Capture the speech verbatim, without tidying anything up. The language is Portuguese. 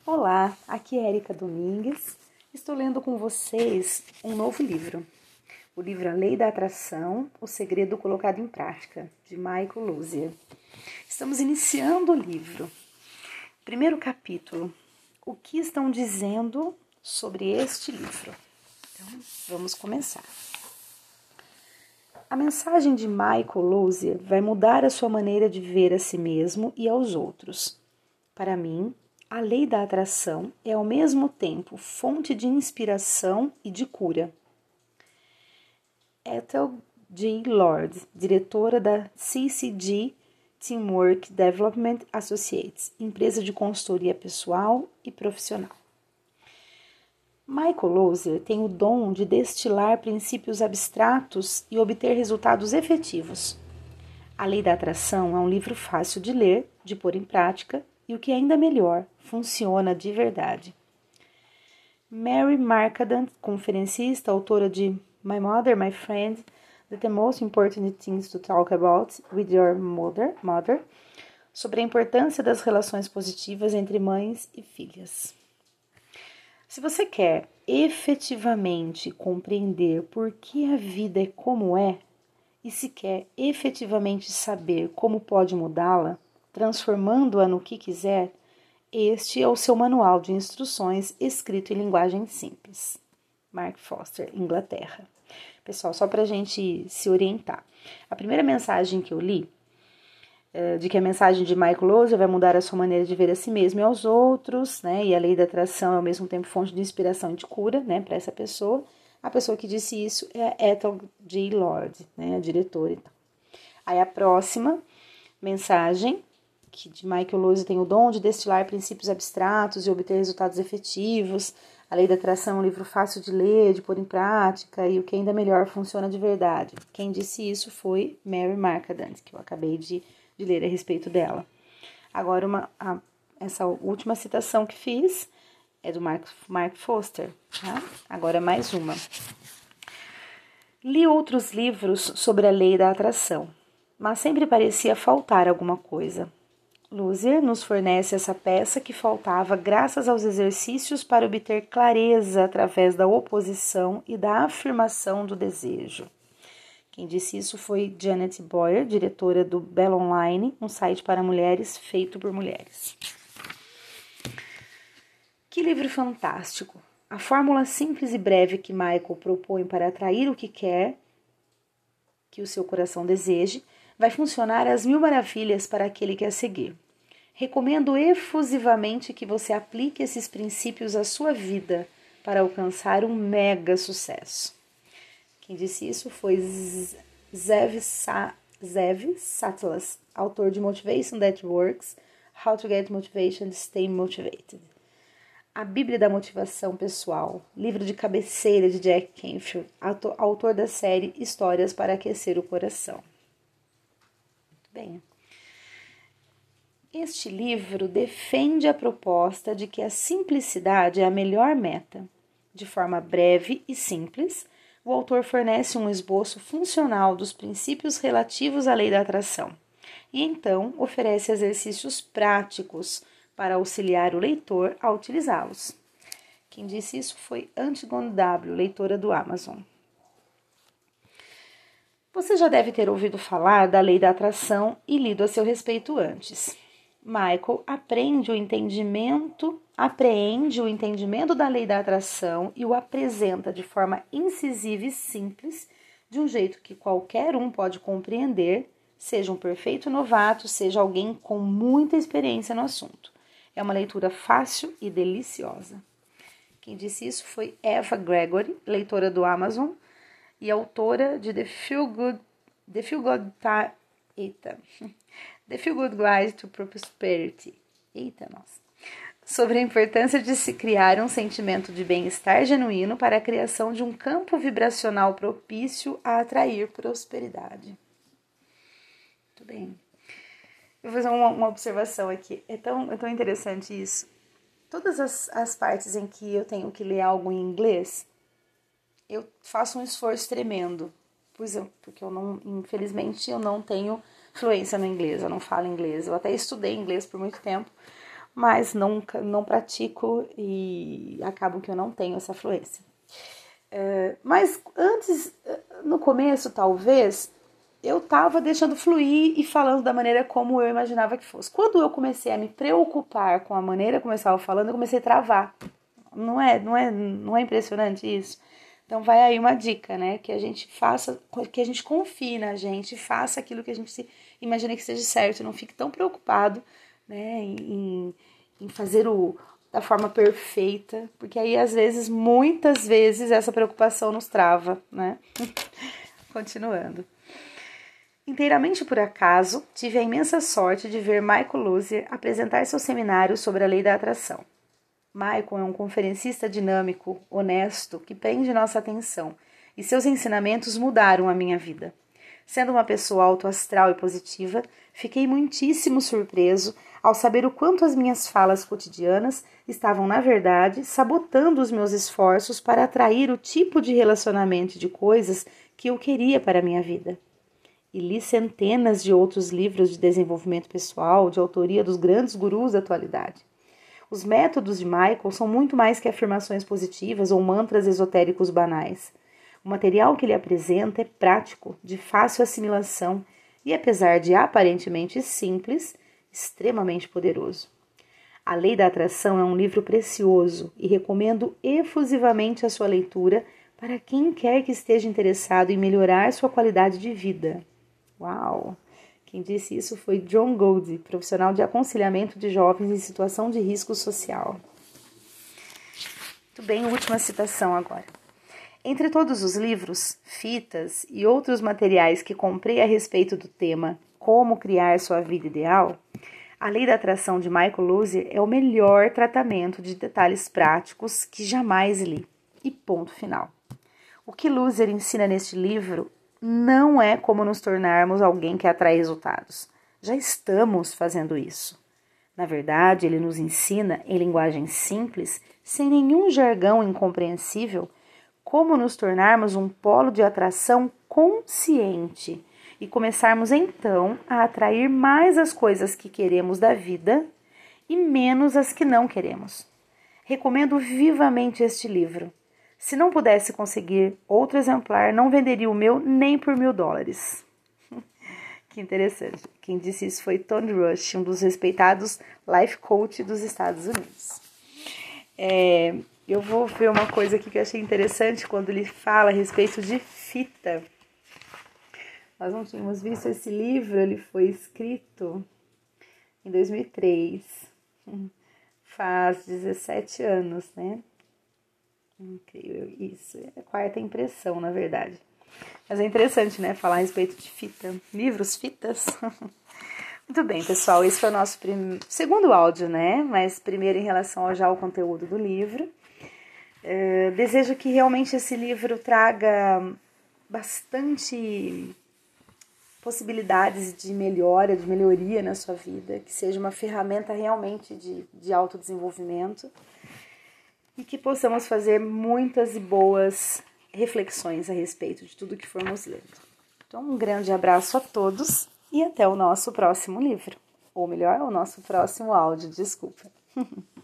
Olá, aqui é Érica Domingues. Estou lendo com vocês um novo livro. O livro A Lei da Atração, O Segredo Colocado em Prática, de Michael Lozier. Estamos iniciando o livro. Primeiro capítulo. O que estão dizendo sobre este livro? Então, vamos começar. A mensagem de Michael Lozier vai mudar a sua maneira de ver a si mesmo e aos outros. Para mim, a lei da atração é ao mesmo tempo fonte de inspiração e de cura. Ethel J. Lord, diretora da C C G Teamwork Development Associates, empresa de consultoria pessoal e profissional. Michael Lozier tem o dom de destilar princípios abstratos e obter resultados efetivos. A Lei da Atração é um livro fácil de ler, de pôr em prática e, o que é ainda melhor, funciona de verdade. Mary Markadant, conferencista, autora de My Mother, My Friend, The Most Important Things to Talk About with Your Mother, mother sobre a importância das relações positivas entre mães e filhas. Se você quer efetivamente compreender por que a vida é como é, e se quer efetivamente saber como pode mudá-la, transformando-a no que quiser, este é o seu manual de instruções escrito em linguagem simples. Mark Foster, Inglaterra. Pessoal, só para a gente se orientar. A primeira mensagem que eu li, de que a mensagem de Michael Lozier vai mudar a sua maneira de ver a si mesmo e aos outros, né? E a lei da atração é ao mesmo tempo fonte de inspiração e de cura, né, para essa pessoa. A pessoa que disse isso é a Ethel J. Lord, né, a diretora. Então. Aí a próxima mensagem, que de Michael Lozier tem o dom de destilar princípios abstratos e obter resultados efetivos. A Lei da Atração é um livro fácil de ler, de pôr em prática, e o que ainda melhor funciona de verdade. Quem disse isso foi Mary Markadant, que eu acabei de, de ler a respeito dela. Agora, uma, a, essa última citação que fiz é do Mark, Mark Foster. Tá? Agora, mais uma. Li outros livros sobre a Lei da Atração, mas sempre parecia faltar alguma coisa. Lozier nos fornece essa peça que faltava graças aos exercícios para obter clareza através da oposição e da afirmação do desejo. Quem disse isso foi Janet Boyer, diretora do Bell Online, um site para mulheres feito por mulheres. Que livro fantástico! A fórmula simples e breve que Michael propõe para atrair o que quer, que o seu coração deseje, vai funcionar às mil maravilhas para aquele que a seguir. Recomendo efusivamente que você aplique esses princípios à sua vida para alcançar um mega sucesso. Quem disse isso foi Zev, Sa- Zev Satlas, autor de Motivation That Works, How to Get Motivation and Stay Motivated. A Bíblia da Motivação Pessoal, livro de cabeceira de Jack Canfield, autor da série Histórias para Aquecer o Coração. Muito bem. Este livro defende a proposta de que a simplicidade é a melhor meta. De forma breve e simples, o autor fornece um esboço funcional dos princípios relativos à lei da atração e então oferece exercícios práticos para auxiliar o leitor a utilizá-los. Quem disse isso foi Antigone W., leitora do Amazon. Você já deve ter ouvido falar da lei da atração e lido a seu respeito antes. Michael aprende o entendimento, apreende o entendimento da lei da atração e o apresenta de forma incisiva e simples, de um jeito que qualquer um pode compreender, seja um perfeito novato, seja alguém com muita experiência no assunto. É uma leitura fácil e deliciosa. Quem disse isso foi Eva Gregory, leitora do Amazon e autora de The Feel Good, The Feel Good, Ta, eita, The Feel Good Guide to Prosperity. Eita, nossa. Sobre a importância de se criar um sentimento de bem-estar genuíno para a criação de um campo vibracional propício a atrair prosperidade. Muito bem. Eu vou fazer uma, uma observação aqui. É tão, é tão interessante isso. Todas as, as partes em que eu tenho que ler algo em inglês, eu faço um esforço tremendo. Pois eu, porque eu não, infelizmente, eu não tenho fluência no inglês, eu não falo inglês. Eu até estudei inglês por muito tempo, mas nunca, não pratico e acabo que eu não tenho essa fluência. É, mas antes, no começo talvez, eu estava deixando fluir e falando da maneira como eu imaginava que fosse. Quando eu comecei a me preocupar com a maneira como eu estava falando, eu comecei a travar. Não é, não é, não é impressionante isso? Então vai aí uma dica, né? Que a gente faça, que a gente confie na gente, faça aquilo que a gente imagina que seja certo, não fique tão preocupado, né, em, em fazer o da forma perfeita, porque aí às vezes, muitas vezes, essa preocupação nos trava, né? Continuando. Inteiramente por acaso, tive a imensa sorte de ver Michael Luzier apresentar seu seminário sobre a lei da atração. Michael é um conferencista dinâmico, honesto, que prende nossa atenção, e seus ensinamentos mudaram a minha vida. Sendo uma pessoa autoastral e positiva, fiquei muitíssimo surpreso ao saber o quanto as minhas falas cotidianas estavam, na verdade, sabotando os meus esforços para atrair o tipo de relacionamento e de coisas que eu queria para a minha vida. E li centenas de outros livros de desenvolvimento pessoal, de autoria dos grandes gurus da atualidade. Os métodos de Michael são muito mais que afirmações positivas ou mantras esotéricos banais. O material que ele apresenta é prático, de fácil assimilação e, apesar de aparentemente simples, extremamente poderoso. A Lei da Atração é um livro precioso e recomendo efusivamente a sua leitura para quem quer que esteja interessado em melhorar sua qualidade de vida. Uau! Quem disse isso foi John Goldie, profissional de aconselhamento de jovens em situação de risco social. Muito bem, última citação agora. Entre todos os livros, fitas e outros materiais que comprei a respeito do tema Como Criar Sua Vida Ideal, A Lei da Atração de Michael Luzier é o melhor tratamento de detalhes práticos que jamais li. E ponto final. O que Luzier ensina neste livro não é como nos tornarmos alguém que atrai resultados. Já estamos fazendo isso. Na verdade, ele nos ensina, em linguagem simples, sem nenhum jargão incompreensível, como nos tornarmos um polo de atração consciente e começarmos então a atrair mais as coisas que queremos da vida e menos as que não queremos. Recomendo vivamente este livro. Se não pudesse conseguir outro exemplar, não venderia o meu nem por mil dólares. Que interessante. Quem disse isso foi Tony Rush, um dos respeitados life coach dos Estados Unidos. É, eu vou ver uma coisa aqui que eu achei interessante quando ele fala a respeito de fita. Nós não tínhamos visto esse livro, ele foi escrito em dois mil e três. Faz dezessete anos, né? Incrível, isso. É a quarta impressão, na verdade. Mas é interessante, né? Falar a respeito de fita. Livros, fitas. Muito bem, pessoal. Esse foi o nosso prim... segundo áudio, né? Mas primeiro em relação ao, já ao conteúdo do livro. É, desejo que realmente esse livro traga bastante possibilidades de melhora, de melhoria na sua vida. Que seja uma ferramenta realmente de, de autodesenvolvimento. E que possamos fazer muitas e boas reflexões a respeito de tudo que formos lendo. Então, um grande abraço a todos e até o nosso próximo livro. Ou melhor, o nosso próximo áudio, desculpa.